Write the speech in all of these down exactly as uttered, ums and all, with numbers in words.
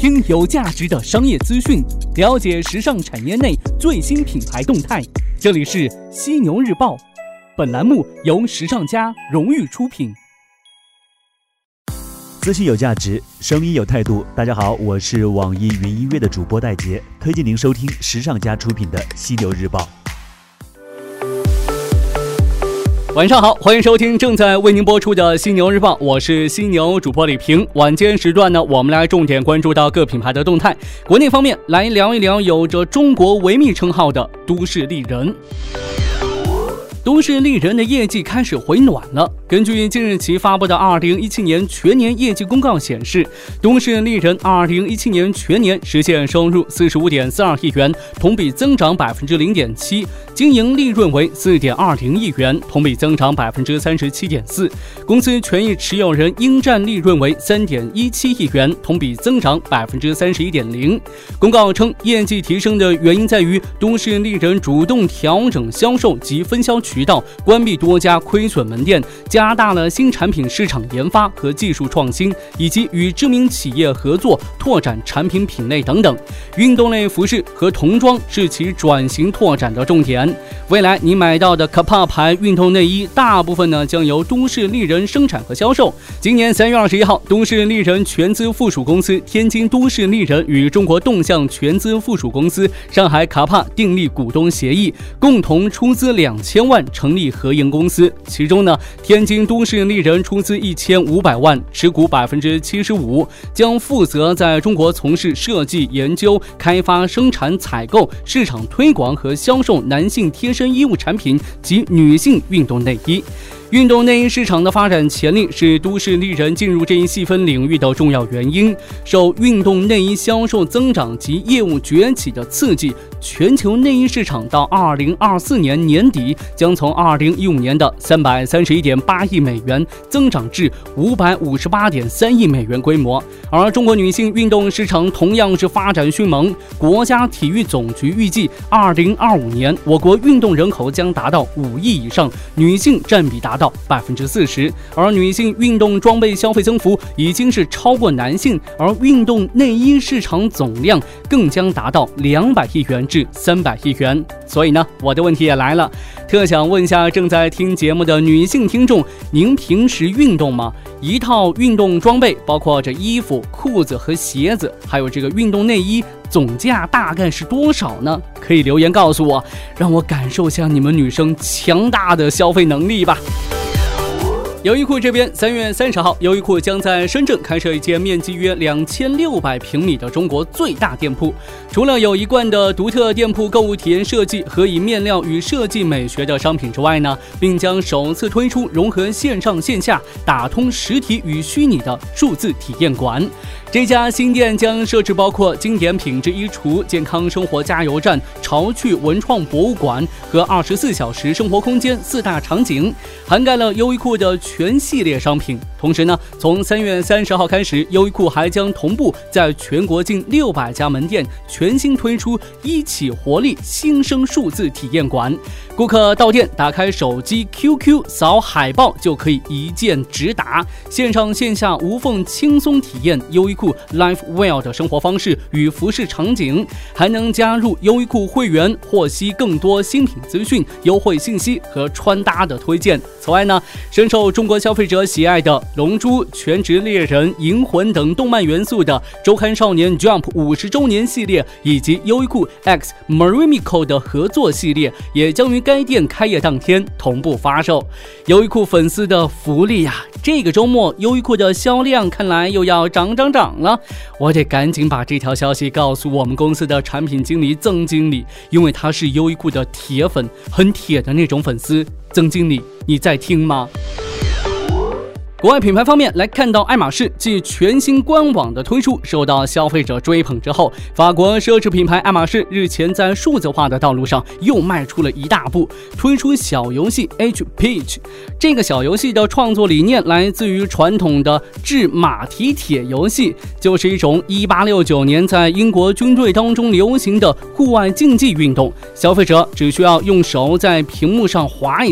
听有价值的商业资讯，了解时尚产业内最新品牌动态。这里是犀牛日报，本栏目由时尚家荣誉出品。 资讯有价值，声音有态度。大家好，我是网易云音乐的主播戴杰，推荐您收听时尚家出品的犀牛日报。 晚上好，欢迎收听正在为您播出的犀牛日报，我是犀牛主播李平。晚间时段呢，我们来重点关注到各品牌的动态。国内方面，来聊一聊有着中国维密称号的都市丽人。都市丽人的业绩开始回暖了。根据近日起发布的二零一七年全年业绩公告显示，都市丽人二零一七年全年实现收入四十五点四二亿元，同比增长百分之零点七，经营利润为四点二零亿元，同比增长百分之三十七点四。公司权益持有人应占利润为三点一七亿元，同比增长百分之三十一点零。公告称，业绩提升的原因在于都市丽人主动调整销售及分销渠道，关闭多家亏损门店，加大了新产品市场研发和技术创新，以及与知名企业合作拓展产品品类等等。运动类服饰和童装是其转型拓展的重点。未来你买到的可帕牌运动内衣，大部分呢将由都市丽人生产和销售。今年三月二十一号，都市丽人全资附属公司天津都市丽人与中国动向全资附属公司上海卡帕订立股东协议，共同出资两千万。成立合营公司，其中呢，天津都市丽人出资一千五百万，持股百分之七十五，将负责在中国从事设计、研究、开发、生产、采购、市场推广和销售男性贴身衣物产品及女性运动内衣。运动内衣市场的发展潜力是都市丽人进入这一细分领域的重要原因。受运动内衣销售增长及业务崛起的刺激，全球内衣市场到二零二四年年底将从二零一五年的三百三十一点八亿美元增长至五百五十八点三亿美元规模。而中国女性运动市场同样是发展迅猛，国家体育总局预计二零二五年我国运动人口将达到五亿以上，女性占比达到百分之四十，而女性运动装备消费增幅已经是超过男性，而运动内衣市场总量更将达到两百亿元至三百亿元。所以呢，我的问题也来了，特想问一下正在听节目的女性听众，您平时运动吗？一套运动装备，包括这衣服、裤子和鞋子，还有这个运动内衣，总价大概是多少呢？可以留言告诉我，让我感受一下你们女生强大的消费能力吧。优衣库这边，三月三十号，优衣库将在深圳开设一间面积约两千六百平米的中国最大店铺。除了有一贯的独特店铺购物体验设计和以面料与设计美学的商品之外呢，并将首次推出融合线上线下、打通实体与虚拟的数字体验馆。这家新店将设置包括经典品质衣橱、健康生活加油站、潮趣文创博物馆和二十四小时生活空间四大场景，涵盖了优衣库的全系列商品。同时呢，从三月三十号开始，优衣库还将同步在全国近六百家门店全新推出一起活力新生数字体验馆。顾客到店打开手机 Q Q 扫海报就可以一键直达，线上线下无缝轻松体验优衣库 Lifewell 的生活方式与服饰场景，还能加入优衣库会员，获悉更多新品资讯、优惠信息和穿搭的推荐。此外呢，深受中国消费者喜爱的龙珠、全职猎人、银魂等动漫元素的周刊少年 Jump 五十周年系列，以及优衣库 X Marimico 的合作系列，也将于该店开业当天同步发售。优衣库粉丝的福利呀、啊，这个周末优衣库的销量看来又要涨涨涨了。我得赶紧把这条消息告诉我们公司的产品经理曾经理，因为他是优衣库的铁粉，很铁的那种粉丝。曾经理，你在听吗？国外品牌方面来看到，爱马仕继全新官网的推出受到消费者追捧之后，法国奢侈品牌爱马仕日前在数字化的道路上又迈出了一大步，推出小游戏 H Peach。 这个小游戏的创作理念来自于传统的掷马蹄铁游戏，就是一种一八六九年在英国军队当中流行的户外竞技运动。消费者只需要用手在屏幕上滑一下，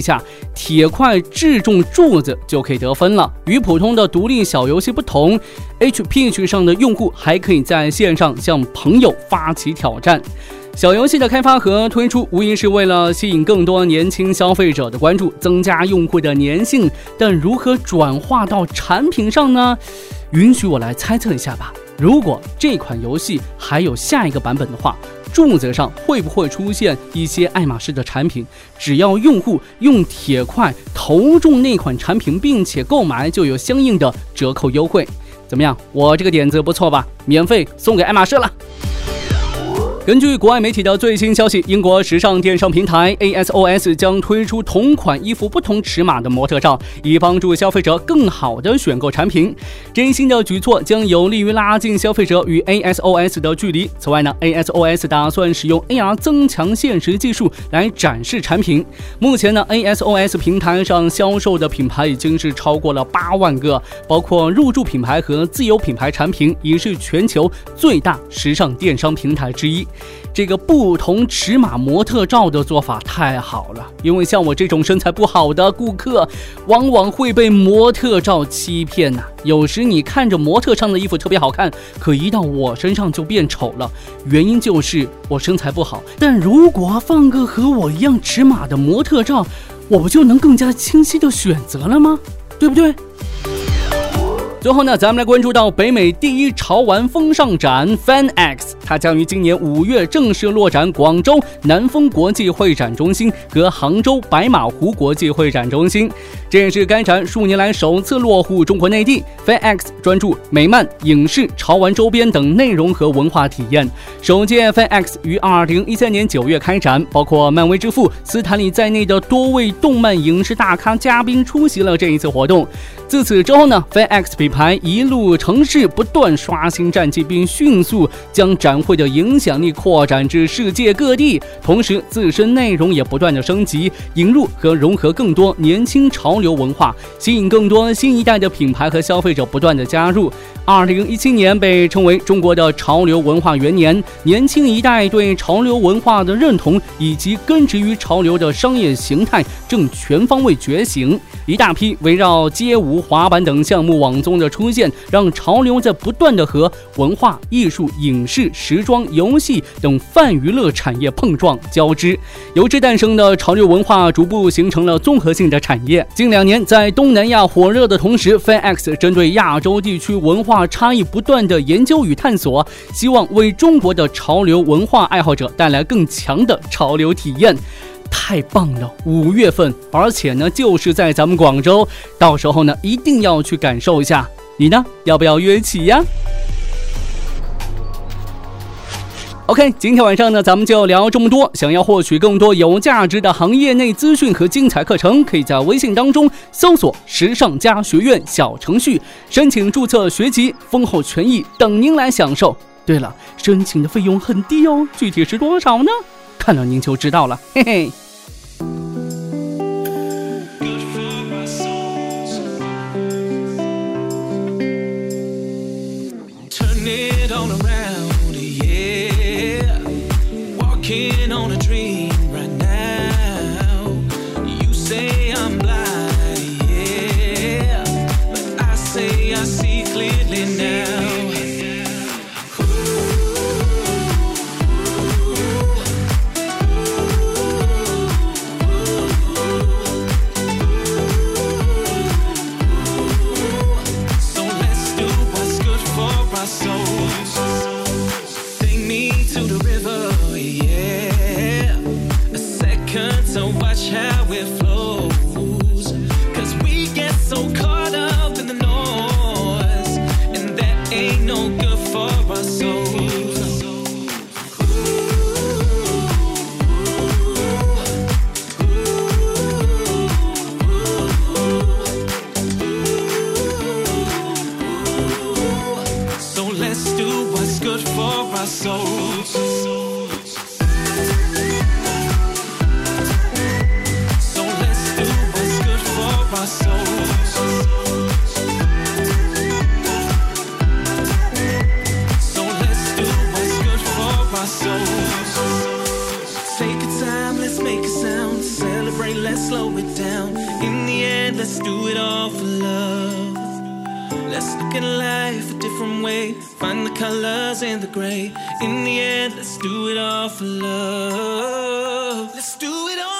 铁块掷中柱子就可以得分了。与普通的独立小游戏不同， H P H 上的用户还可以在线上向朋友发起挑战。小游戏的开发和推出无疑是为了吸引更多年轻消费者的关注，增加用户的粘性，但如何转化到产品上呢？允许我来猜测一下吧。如果这款游戏还有下一个版本的话，柱子上会不会出现一些爱马仕的产品？只要用户用铁块投中那款产品并且购买，就有相应的折扣优惠。怎么样，我这个点子不错吧？免费送给爱马仕了。根据国外媒体的最新消息，英国时尚电商平台 A S O S 将推出同款衣服不同尺码的模特照，以帮助消费者更好地选购产品。这一新的举措将有利于拉近消费者与 A S O S 的距离。此外呢 ，A S O S 打算使用 A R 增强现实技术来展示产品。目前呢 ，A S O S 平台上销售的品牌已经是超过了八万个，包括入驻品牌和自有品牌产品，已是全球最大时尚电商平台之一。这个不同尺码模特照的做法太好了，因为像我这种身材不好的顾客，往往会被模特照欺骗呐、啊。有时你看着模特上的衣服特别好看，可一到我身上就变丑了，原因就是我身材不好。但如果放个和我一样尺码的模特照，我不就能更加清晰的选择了吗？对不对？最后呢，咱们来关注到北美第一潮玩风尚展 FanX， 它将于今年五月正式落展广州南丰国际会展中心和杭州白马湖国际会展中心，这也是该展数年来首次落户中国内地。FanX 专注美漫、影视、潮玩周边等内容和文化体验。首届 FanX 于二零一三年九月开展，包括漫威之父斯坦李在内的多位动漫影视大咖嘉宾出席了这一次活动。自此之后呢 FanX 品牌一路乘势不断刷新战绩，并迅速将展会的影响力扩展至世界各地，同时自身内容也不断的升级，引入和融合更多年轻潮流文化，吸引更多新一代的品牌和消费者不断的加入。二零一七年被称为中国的潮流文化元年，年轻一代对潮流文化的认同以及根植于潮流的商业形态正全方位觉醒，一大批围绕街舞、滑板等项目网综的出现，让潮流在不断的和文化、艺术、影视、时装、游戏等泛娱乐产业碰撞交织，由之诞生的潮流文化逐步形成了综合性的产业。近两年在东南亚火热的同时， FanX 针对亚洲地区文化差异不断的研究与探索，希望为中国的潮流文化爱好者带来更强的潮流体验。太棒了，五月份，而且呢就是在咱们广州，到时候呢一定要去感受一下。你呢，要不要约起呀？ OK， 今天晚上呢咱们就聊这么多。想要获取更多有价值的行业内资讯和精彩课程，可以在微信当中搜索时尚家学院小程序，申请注册学籍，丰厚权益等您来享受。对了，申请的费用很低哦，具体是多少呢？看了您就知道了，嘿嘿。 Take a time, let's make a sound. Celebrate, let's slow it down. let's do it all for love. Let's look at life a different way, find the colors in the gray. In the end, let's do it all for love. Let's do it all